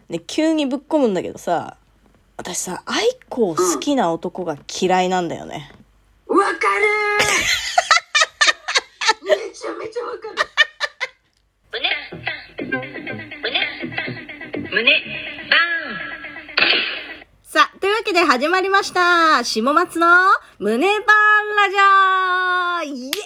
で、急にぶっ込むんだけどさ、私さ、愛子を好きな男が嫌いなんだよね。 わかるめちゃめちゃわかる。胸バーン。 さあ、というわけで始まりました。下松の胸バーンラジオイエイ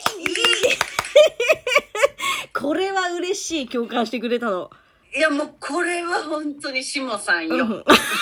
これは嬉しい。共感してくれたの。 いやもうこれは本当に下さんよ。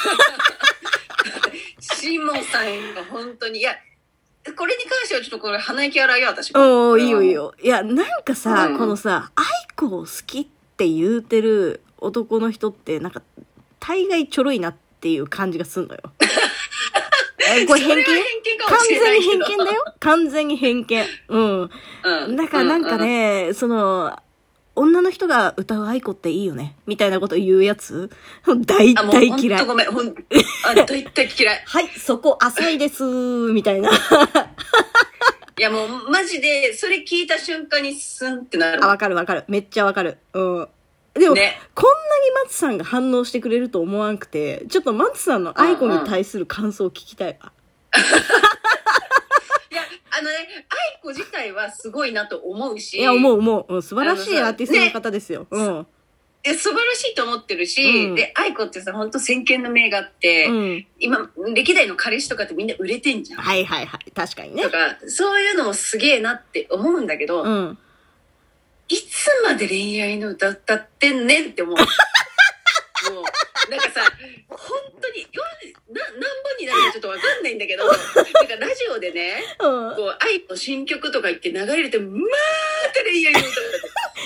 下さんが本当に。いや、これに関してはちょっとこれ鼻息荒いよ、私。 おー、いいよいいよ。いや、なんかさ、このさ、愛子を好きって言うてる男の人って、なんか、大概ちょろいなっていう感じがすんのよ。これ偏見？完全に偏見だよ。完全に偏見。うん。だからなんかね、女の人が歌う愛子っていいよね。みたいなこと言うやつ、大体嫌い。 ほんとごめん。大体嫌い。 はい、そこ浅いです。みたいな。 いやもうマジで、それ聞いた瞬間にスンってなる。 あ、わかるわかる。めっちゃわかる。うん。でも、ね、こんなに松さんが反応してくれると思わんくて、ちょっと松さんの愛子に対する感想を聞きたいわ。 いや、愛子自体はすごいなと思うし。 いや、思う。素晴らしいアーティストの方ですよ。ね、うん。 素晴らしいと思ってるし、で、愛子ってさ、ほんと先見の明があって、今、歴代の彼氏とかってみんな売れてんじゃん。 はい。確かにね。 とか、そういうのもすげえなって思うんだけど、いつまで恋愛の歌歌ってんねんって思う。もう、なんかさ、本当に、何本になるかちょっとわかんないんだけど、なんかラジオでね、こう、愛の新曲とか言って流れて、まーって恋愛の歌歌って、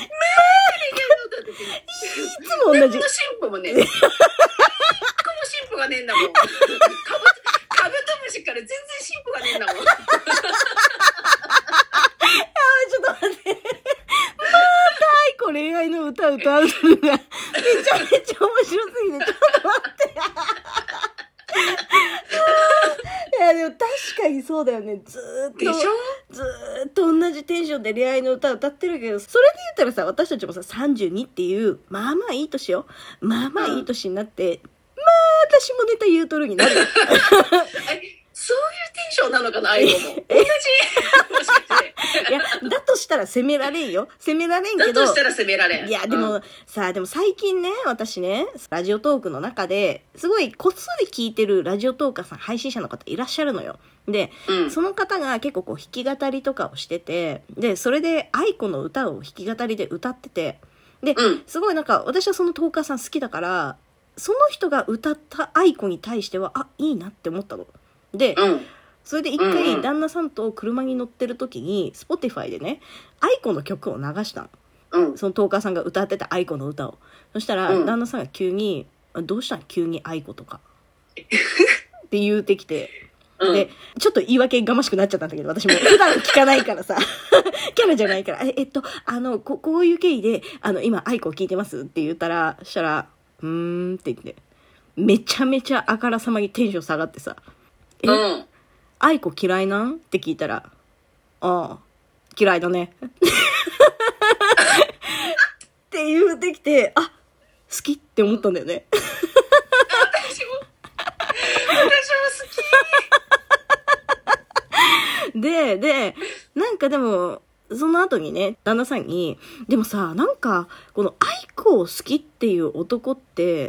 いつも同じ。 何の進歩もね、一個も進歩がねえんだもん。カブトムシから全然進歩がねえんだもん。 ちょっと待って。また愛子恋愛の歌歌うのがめちゃめちゃ面白すぎて、ちょっと待って。いやでも確かにそうだよね。ずーっと同じテンションで恋愛の歌歌ってるけど、それで言ったらさ、私たちもさ、32っていう、まあまあいい年よ。まあまあいい年になって、まあ私もネタ言うとるになる。 そういうテンションなのかな、愛子も。同じ。もしかして。 いや、だとしたら責められんよ。責められんけど。 だとしたら責められん。 いや、でも、でも最近ね、私ね、ラジオトークの中で、すごいこっそり聞いてるラジオトーカーさん、配信者の方いらっしゃるのよ。で、その方が結構こう弾き語りとかをしてて、で、それで愛子の歌を弾き語りで歌ってて、で、すごいなんか、私はそのトーカーさん好きだから、その人が歌った愛子に対しては、あ、いいなって思ったの。で、それで一回旦那さんと車に乗ってる時に Spotify でね、愛子の曲を流したの。そのトーカーさんが歌ってた愛子の歌を。そしたら、旦那さんが急に、どうしたん急に愛子とか。って言うてきて。で、ちょっと言い訳がましくなっちゃったんだけど、私も普段聞かないからさ。キャラじゃないから。こういう経緯で、今愛子を聞いてますって言ったら、そしたら、って言って、めちゃめちゃあからさまにテンション下がってさ。愛子嫌いなんって聞いたら、ああ、嫌いだね。って言うてきて、あ、好きって思ったんだよね。 私も好き。 で、なんかでも、その後にね、旦那さんに、でもさ、なんか、この愛子を好きっていう男って、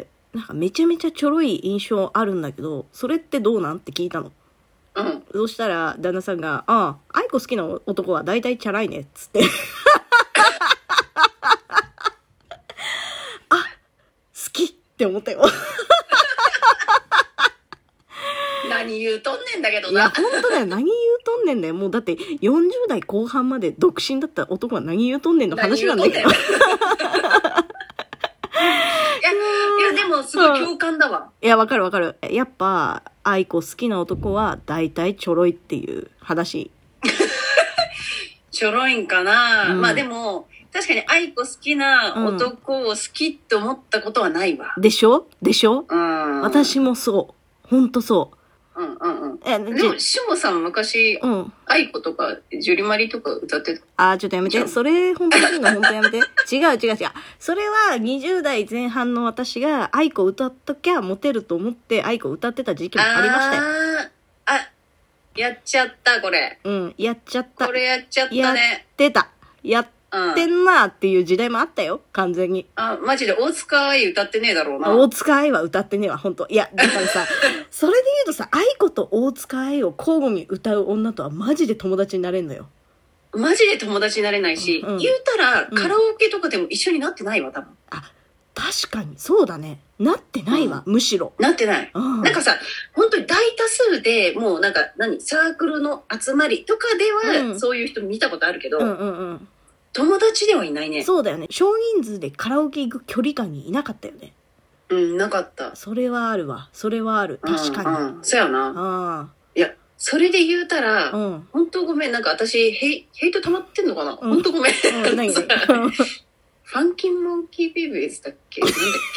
なんかめちゃめちゃちょろい印象あるんだけど、それってどうなんって聞いたの。そしたら旦那さんが、ああ、愛子好きな男は大体チャラいねっつってあ、好きって思ったよ。 何言うとんねんだけどな。 いや本当だよ、何言うとんねんだよ。もうだって40代後半まで独身だった男は何言うとんねんの話なんだけど。いやでもすごい共感だわ。 いやわかる。やっぱ愛子好きな男は大体ちょろいっていう話。 ちょろいんかな、まあでも確かに愛子好きな男を好きって思ったことはないわ。 でしょ、私もそう。ほんとそう。 や、 でも、しもさん昔、愛子とか、ジュリマリとか歌ってた。 ちょっとやめて。それ、本当に本当やめて。違う。それは20代前半の私が愛子歌っときゃモテると思って愛子歌ってた時期もありましたよ。 やっちゃった、これ。 やっちゃった。 これやっちゃったね。 やってた。やってんなっていう時代もあったよ、完全に。 マジで大塚愛歌ってねえだろうな。 大塚愛は歌ってねえわ、ほんと。いや、だからさ、それで言うとさ、愛子と大塚愛を交互に歌う女とはマジで友達になれんのよ。 マジで友達になれないし、言うたら、カラオケとかでも一緒になってないわ、多分。 確かに、そうだね。なってないわ、むしろ。 なってない。なんかさ、本当に大多数で、もうなんか、サークルの集まりとかでは、そういう人見たことあるけど、友達ではいないね。 そうだよね。少人数でカラオケ行く距離感にいなかったよね。 いなかった。 それはあるわ。それはある。確かに。 そうやな。いや、それで言うたら、本当ごめん。なんか私、ヘイト溜まってんのかな、本当ごめん。 何ファンキーモンキーベイビーズだっけなんだっ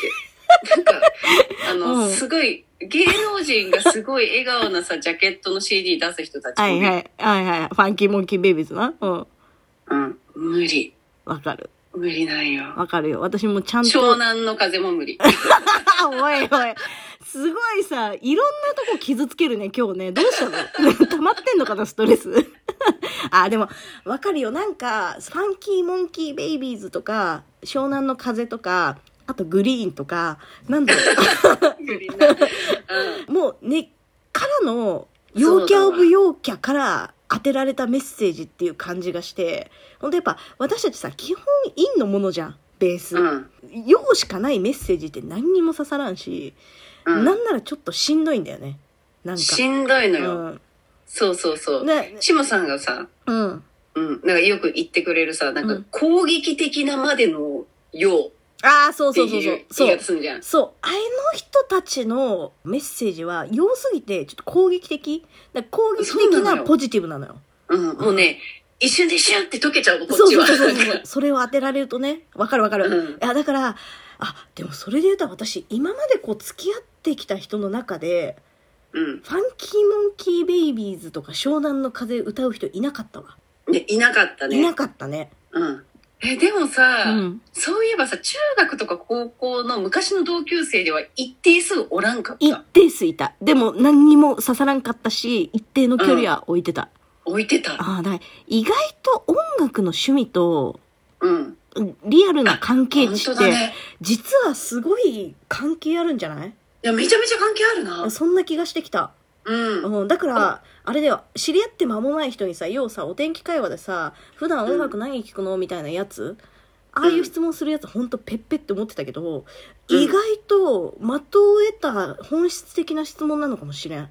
けなんか、すごい、芸能人がすごい笑顔なさ、ジャケットの CD 出す人たち。 はい。ファンキーモンキーベイビーズな。 無理。 わかる。 無理なんよ。 わかるよ。私もちゃんと。 湘南の風も無理。 おい。すごいさ、いろんなとこ傷つけるね、今日ね。どうしたの溜まってんのかな、ストレス。でも、わかるよ。なんか、ファンキーモンキーベイビーズとか、湘南の風とか、あとグリーンとか、なんだろう。 グリーンな。 もう根っからの、陽キャオブ陽キャから当てられたメッセージっていう感じがして、ほんとやっぱ私たちさ、基本陰のものじゃん、ベース。陽しかないメッセージって何にも刺さらんし、なんならちょっとしんどいんだよね。なんか。しんどいのよ。そう。しもさんがさ、なんかよく言ってくれるさ、なんか攻撃的なまでの陽。 そう。 言い方すんじゃん。 そう。あの人たちのメッセージは、良すぎて、ちょっと攻撃的。攻撃的なポジティブなのよ。 もうね、一瞬でシュンって溶けちゃうの、こっちは。 そう。それを当てられるとね、わかる。いや、だから、でもそれで言うと私、今まで付き合ってきた人の中で、ファンキーモンキーベイビーズとか湘南の風歌う人いなかったわ。 いなかったね。 いなかったね。 でもさ、そういえばさ、中学とか高校の昔の同級生では一定数おらんかった。 一定数いた。でも何にも刺さらんかったし、一定の距離は置いてた。 置いてた。 だから意外と音楽の趣味と、リアルな関係値って、実はすごい関係あるんじゃない？ いや、めちゃめちゃ関係あるな。 そんな気がしてきた。だから、あれだよ、知り合って間もない人にさ、要さ、お天気会話でさ、普段音楽何聴くのみたいなやつ、ああいう質問するやつほんとペッペって思ってたけど、意外と的を得た本質的な質問なのかもしれん。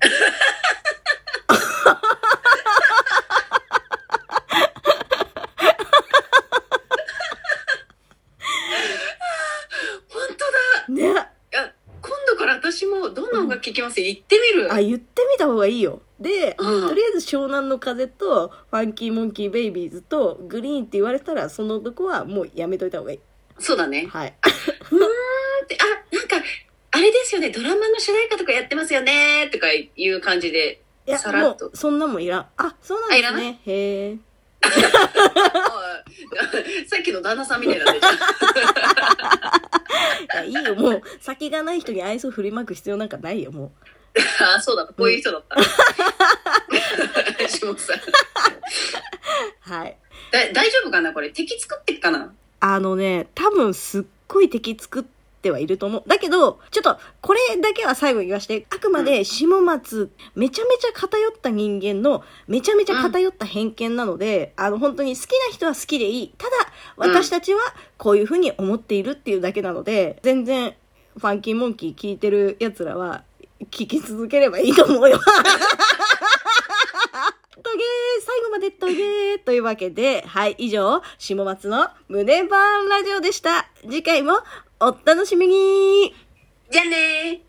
ね。 私もどんな音楽聴きますよ、言ってみる。 言ってみた方がいいよ。で、とりあえず湘南の風とファンキーモンキーベイビーズとグリーンって言われたら、その男はもうやめといた方がいい。 そうだね。 はい。 って、なんかあれですよね、ドラマの主題歌とかやってますよねとかいう感じで、さらっと。 もうそんなもんいらん。そうなんですね。へー。 さっきの旦那さんみたいなね。 いいよ、もう先がない人に愛想振りまく必要なんかないよ、もう。そうだった、こういう人だった。下さん。 はい。 大丈夫かな、これ。敵作ってっかな。 多分すっごい敵作ってはいると思う。だけど、ちょっとこれだけは最後に言わして、あくまで下松、めちゃめちゃ偏った人間のめちゃめちゃ偏った偏見なので、本当に好きな人は好きでいい。ただ私たちはこういう風に思っているっていうだけなので、全然ファンキーモンキー聞いてる奴らは聞き続ければいいと思うよ。最後までトゲーというわけで、はい、以上、下松の胸バーンラジオでした。次回もお楽しみに。 じゃあねー。